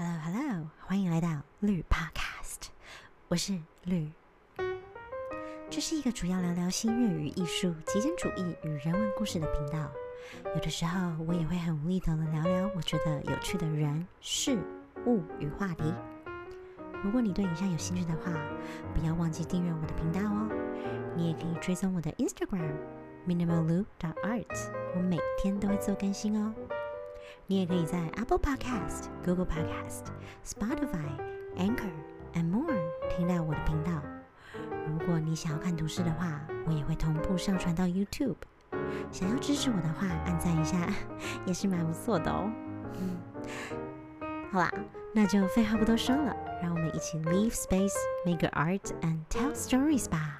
Hello， 欢迎来到绿 Podcast， 我是绿。这是一个主要聊聊新粤语艺术、极简主义与人文故事的频道。有的时候我也会很无厘头的聊聊我觉得有趣的人、事、物与话题。如果你对影像有兴趣的话，不要忘记订阅我的频道哦。你也可以追踪我的 Instagram minimallu.art， 我每天都会做更新哦。你也可以在 Apple Podcast、Google Podcast、Spotify、Anchor and more 听到我的频道。如果你想要看图示的话，我也会同步上传到 YouTube。想要支持我的话，按赞一下也是蛮不错的哦。好啦，那就废话不多说了，让我们一起 leave space, make art and tell stories 吧。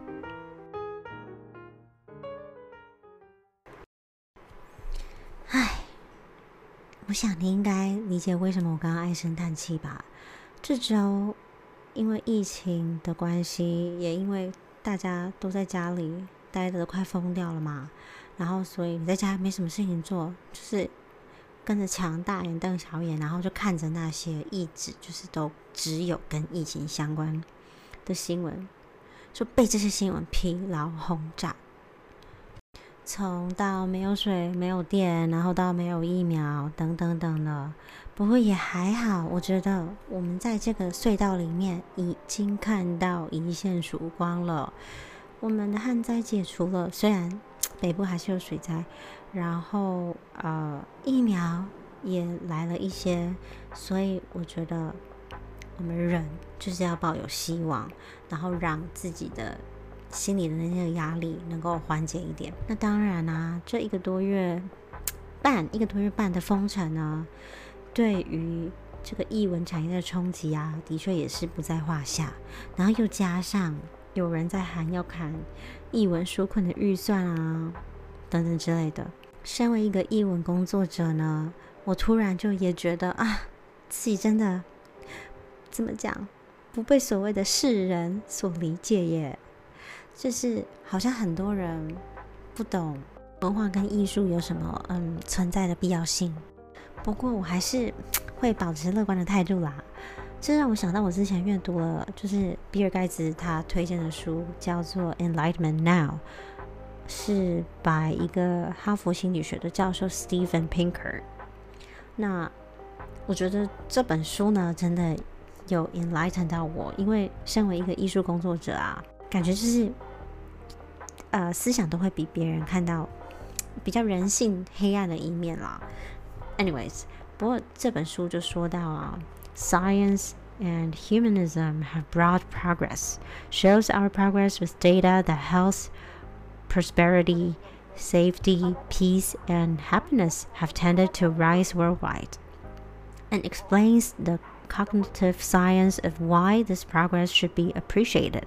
我想你应该理解为什么我刚刚唉声叹气吧。这周因为疫情的关系，也因为大家都在家里待得都快疯掉了嘛，然后所以你在家没什么事情做，就是跟着墙大眼瞪小眼，然后就看着那些一直就是都只有跟疫情相关的新闻，就被这些新闻疲劳轰炸。从到没有水、没有电，然后到没有疫苗等等等的，不过也还好，我觉得我们在这个隧道里面已经看到一线曙光了。我们的旱灾解除了，虽然北部还是有水灾，然后疫苗也来了一些，所以我觉得我们人就是要抱有希望，然后让自己的心里的那些压力能够缓解一点。那当然啊，这一个多月半的封城呢，对于这个艺文产业的冲击啊，的确也是不在话下。然后又加上有人在喊要砍艺文纾困的预算啊，等等之类的。身为一个艺文工作者呢，我突然就也觉得自己真的怎么讲，不被所谓的世人所理解耶。就是好像很多人不懂文化跟艺术有什么存在的必要性。不过我还是会保持乐观的态度啦。这让我想到我之前阅读了就是比尔盖茨他推荐的书，叫做 Enlightenment Now， 是by 一个哈佛心理学的教授 Steven Pinker。 那我觉得这本书呢真的有 enlighten 到我，因为身为一个艺术工作者啊，感觉就是思想都会比别人看到比较人性黑暗的一面啦。Anyways， 不过这本书就说到啊 ，Science and humanism have brought progress, shows our progress with data that health, prosperity, safety, peace, and happiness have tended to rise worldwide, and explains the cognitive science of why this progress should be appreciated。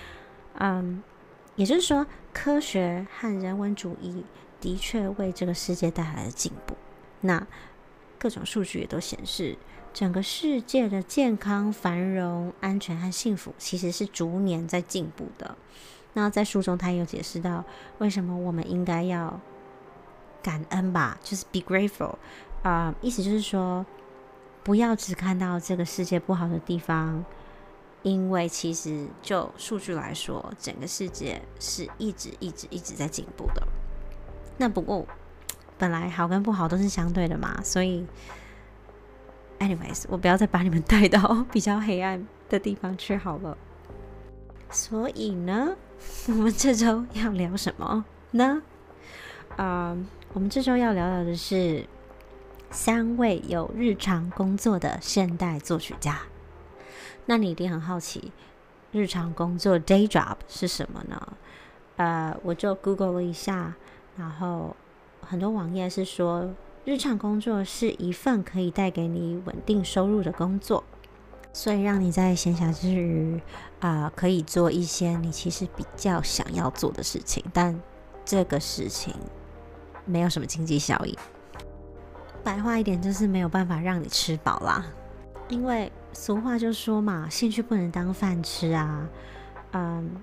也就是说，科学和人文主义的确为这个世界带来了进步。那各种数据也都显示，整个世界的健康、繁荣、安全和幸福其实是逐年在进步的。那在书中他也有解释到，为什么我们应该要感恩吧，就是 be grateful。意思就是说，不要只看到这个世界不好的地方，因为其实就数据来说，整个世界是一直在进步的。那不过本来好跟不好都是相对的嘛，所以 anyways， 我不要再把你们带到比较黑暗的地方去好了。所以呢，我们这周要聊什么呢？我们这周要聊的是3位有日常工作的现代作曲家。那你一定很好奇，日常工作 day job 是什么呢？我就 Google 了一下，然后很多网页是说，日常工作是一份可以带给你稳定收入的工作，所以让你在闲暇之余可以做一些你其实比较想要做的事情，但这个事情没有什么经济效益。白话一点就是没有办法让你吃饱啦。因为俗话就说嘛，兴趣不能当饭吃啊。而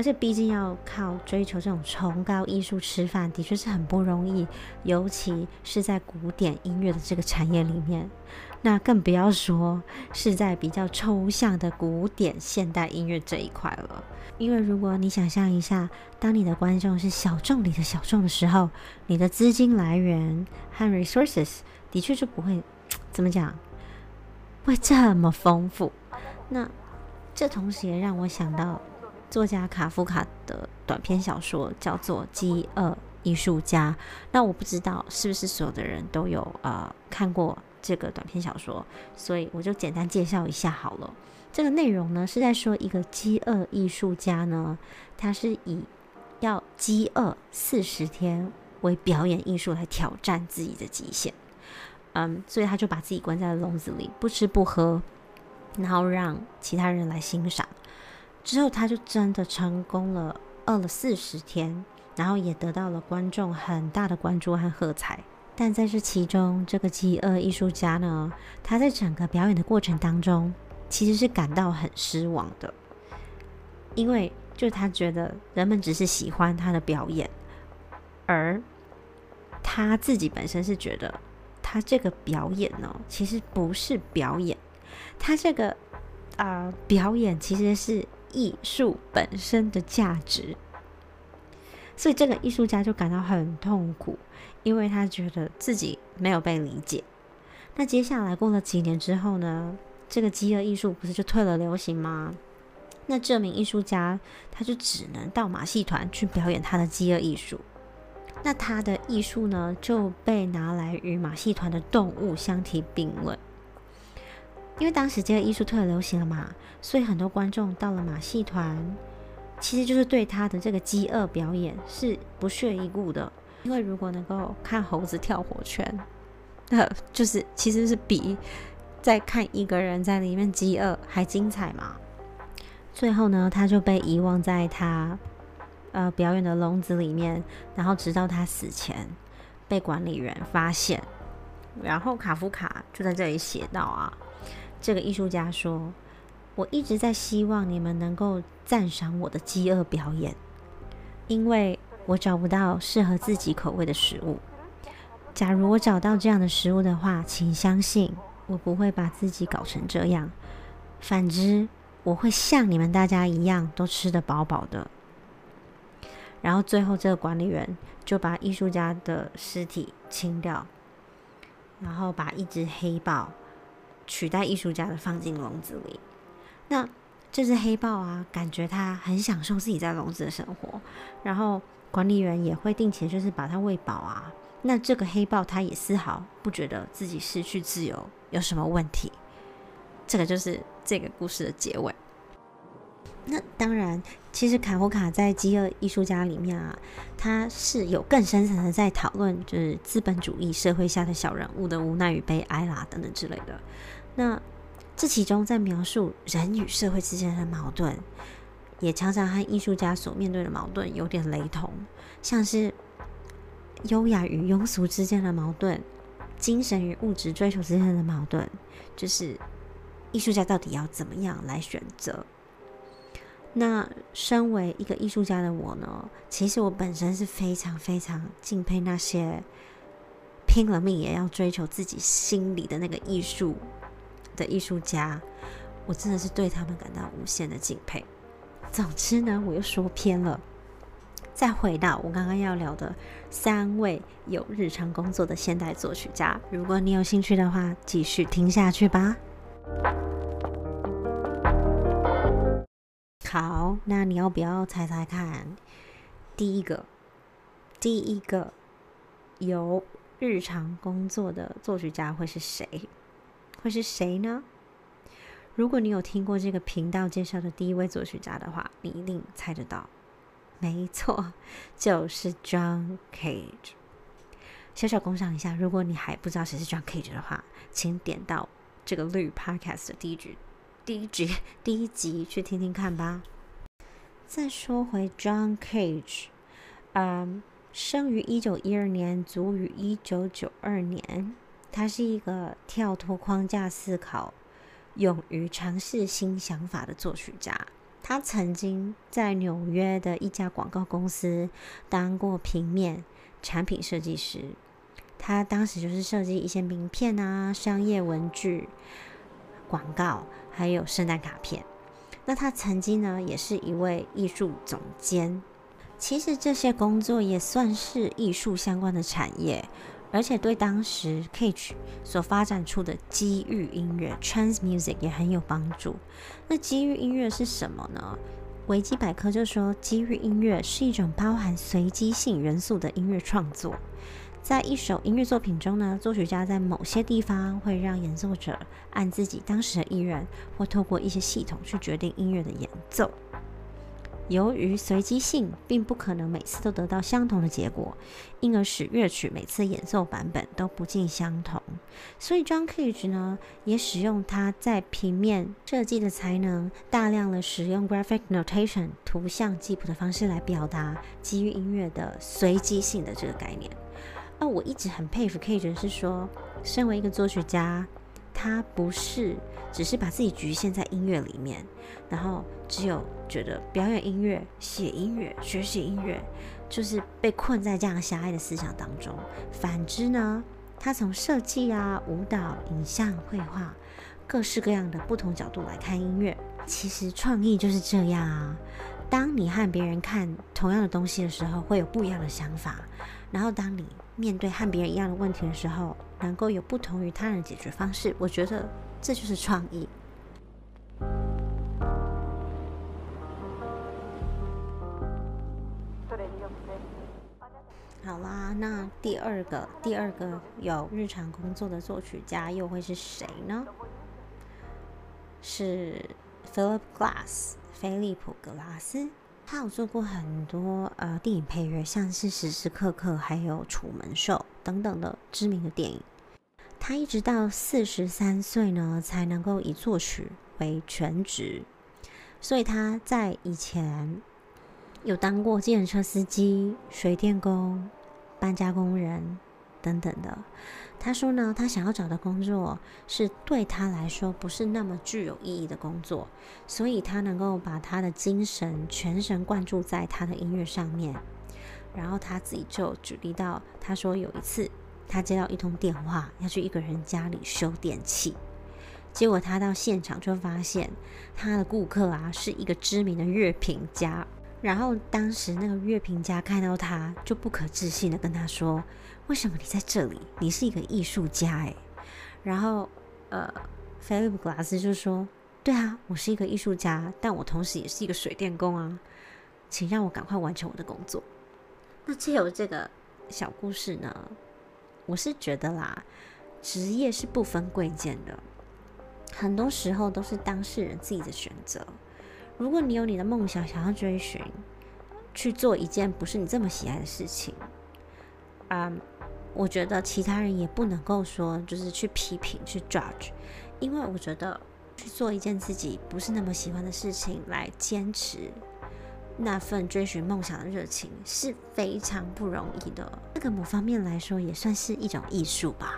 而且毕竟要靠追求这种崇高艺术吃饭，的确是很不容易，尤其是在古典音乐的这个产业里面，那更不要说是在比较抽象的古典现代音乐这一块了。因为如果你想象一下，当你的观众是小众里的小众的时候，你的资金来源和 resources 的确就不会怎么讲，会这么丰富。那这同时也让我想到作家卡夫卡的短篇小说叫做《饥饿艺术家》。那我不知道是不是所有的人都有看过这个短篇小说，所以我就简单介绍一下好了。这个内容呢是在说一个饥饿艺术家呢，他是以要饥饿40天为表演艺术来挑战自己的极限。所以他就把自己关在笼子里，不吃不喝，然后让其他人来欣赏。之后他就真的成功了，饿了40天，然后也得到了观众很大的关注和喝彩。但在这其中，这个饥饿艺术家呢，他在整个表演的过程当中其实是感到很失望的，因为就是他觉得人们只是喜欢他的表演，而他自己本身是觉得他这个表演呢其实不是表演，他这个表演其实是艺术本身的价值。所以这个艺术家就感到很痛苦，因为他觉得自己没有被理解。那接下来过了几年之后呢，这个饥饿艺术不是就退了流行吗？那这名艺术家他就只能到马戏团去表演他的饥饿艺术。那他的艺术呢就被拿来与马戏团的动物相提并论。因为当时这个艺术退了流行了嘛，所以很多观众到了马戏团其实就是对他的这个饥饿表演是不屑一顾的。因为如果能够看猴子跳火圈，就是其实是比在看一个人在里面饥饿还精彩嘛。最后呢，他就被遗忘在他表演的笼子里面，然后直到他死前被管理员发现。然后卡夫卡就在这里写到这个艺术家说，我一直在希望你们能够赞赏我的饥饿表演，因为我找不到适合自己口味的食物。假如我找到这样的食物的话，请相信我不会把自己搞成这样，反之我会像你们大家一样都吃得饱饱的。然后最后这个管理员就把艺术家的尸体清掉，然后把一只黑豹取代艺术家的放进笼子里。那这只黑豹感觉它很享受自己在笼子的生活，然后管理员也会定期就是把它喂饱那这个黑豹它也丝毫不觉得自己失去自由有什么问题。这个就是这个故事的结尾。那当然，其实卡夫卡在《饥饿艺术家》里面他是有更深层的在讨论，就是资本主义社会下的小人物的无奈与悲哀等等之类的。那这其中在描述人与社会之间的矛盾，也常常和艺术家所面对的矛盾有点雷同，像是优雅与庸俗之间的矛盾，精神与物质追求之间的矛盾，就是艺术家到底要怎么样来选择。那身为一个艺术家的我呢，其实我本身是非常非常敬佩那些拼了命也要追求自己心里的那个艺术的艺术家，我真的是对他们感到无限的敬佩。总之呢，我又说偏了。再回到我刚刚要聊的3位有日常工作的现代作曲家，如果你有兴趣的话，继续听下去吧。好，那你要不要猜猜看，第一个有日常工作的作曲家会是谁？会是谁呢？如果你有听过这个频道介绍的第一位作曲家的话，你一定猜得到。没错，就是 John Cage。 小小工商一下，如果你还不知道谁是 John Cage 的话，请点到这个绿 Podcast 的第一集去听听看吧。再说回 John Cage，生于1912年，卒于1992年。他是一个跳脱框架思考，勇于尝试新想法的作曲家。 他曾经在纽约的一家广告公司当过平面产品设计师，他当时就是设计一些名片啊、商业文具、广告，还有圣诞卡片。那他曾经呢，也是一位艺术总监。其实这些工作也算是艺术相关的产业，而且对当时 Cage 所发展出的机遇音乐 Trance Music 也很有帮助。那机遇音乐是什么呢？维基百科就说，机遇音乐是一种包含随机性元素的音乐创作。在一首音乐作品中呢，作曲家在某些地方会让演奏者按自己当时的意愿，或透过一些系统去决定音乐的演奏。由于随机性并不可能每次都得到相同的结果，因而使乐曲每次演奏版本都不尽相同。所以 John Cage 呢，也使用他在平面设计的才能，大量的使用 graphic notation 图像记谱的方式来表达基于音乐的随机性的这个概念。而我一直很佩服 Cage 是说，身为一个作曲家，他不是只是把自己局限在音乐里面，然后只有觉得表演音乐、写音乐、学习音乐就是被困在这样狭隘的思想当中。反之呢，他从设计啊、舞蹈、影像、绘画各式各样的不同角度来看音乐。其实创意就是这样啊，当你和别人看同样的东西的时候，会有不一样的想法，然后当你面对和别人一样的问题的时候，能够有不同于他人的解决方式，我觉得这就是创意。好啦，那第二个有日常工作的作曲家又会是谁呢？是 Philip Glass 菲利普·格拉斯。他有做过很多电影配乐，像是时时刻刻还有楚门秀等等的知名的电影。他一直到43岁呢，才能够以作曲为全职，所以他在以前有当过计程车司机、水电工、搬家工人等等的。他说呢，他想要找的工作是对他来说不是那么具有意义的工作，所以他能够把他的精神全神贯注在他的音乐上面。然后他自己就举例到，他说有一次他接到一通电话，要去一个人家里修电器，结果他到现场就发现他的顾客啊是一个知名的乐评家。然后当时那个乐评家看到他，就不可置信的跟他说，为什么你在这里？你是一个艺术家耶。然后菲利普·格拉斯就说，对啊，我是一个艺术家，但我同时也是一个水电工啊，请让我赶快完成我的工作。那藉由这个小故事呢，我是觉得啦，职业是不分贵贱的，很多时候都是当事人自己的选择。如果你有你的梦想想要追寻，去做一件不是你这么喜爱的事情，我觉得其他人也不能够说就是去批评去 judge， 因为我觉得去做一件自己不是那么喜欢的事情来坚持那份追寻梦想的热情是非常不容易的。这个某方面来说也算是一种艺术吧。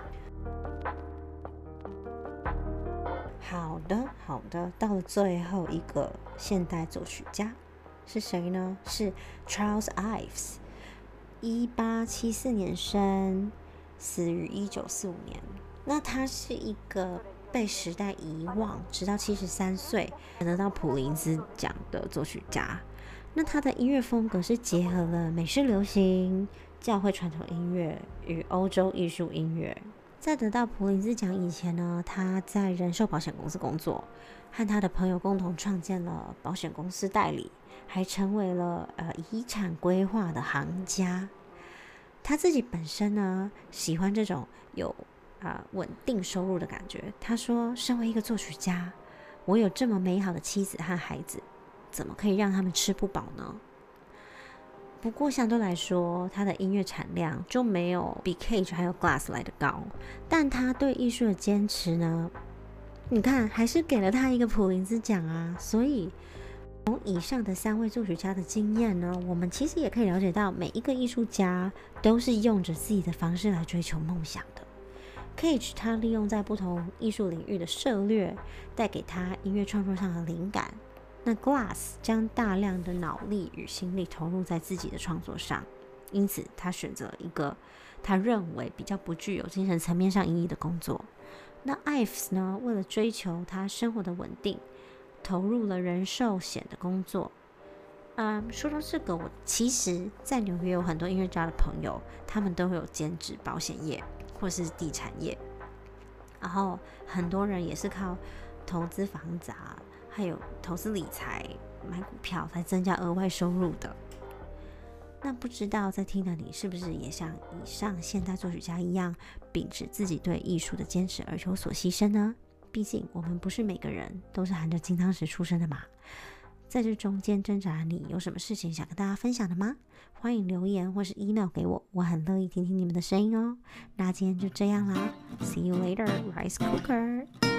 好的，到了最后一个现代作曲家是谁呢？是 Charles Ives， 1874年生，死于1945年。那他是一个被时代遗忘，直到73岁得到普林兹奖的作曲家。那他的音乐风格是结合了美式流行、教会传统音乐与欧洲艺术音乐。在得到普林兹奖以前呢，他在人寿保险公司工作，和他的朋友共同创建了保险公司代理，还成为了遗产规划的行家。他自己本身呢，喜欢这种有稳定收入的感觉。他说，身为一个作曲家，我有这么美好的妻子和孩子，怎么可以让他们吃不饱呢？不过相对来说，他的音乐产量就没有比 Cage 还有 Glass 来得高，但他对艺术的坚持呢，你看还是给了他一个普林兹奖啊。所以从以上的3位作曲家的经验呢，我们其实也可以了解到，每一个艺术家都是用着自己的方式来追求梦想的。Cage 他利用在不同艺术领域的涉略，带给他音乐创作上的灵感， 那 Glass 将大量的脑力与心力投入在自己的创作上，因此他选择了一个他认为比较不具有精神层面上意义的工作。那 Ives 呢，为了追求他生活的稳定，投入了人寿险的工作。说到这个，我其实在纽约有很多音乐家的朋友，他们都会有兼职保险业或是地产业，然后很多人也是靠投资房子啊，还有投资理财、买股票来增加额外收入的。那不知道在听的你是不是也像以上现代作曲家一样，秉持自己对艺术的坚持而有所牺牲呢？毕竟我们不是每个人都是含着金汤匙出生的嘛。在这中间挣扎的你，有什么事情想跟大家分享的吗？欢迎留言或是 email 给我，我很乐意听听你们的声音哦。那今天就这样啦，See you later, Rice Cooker。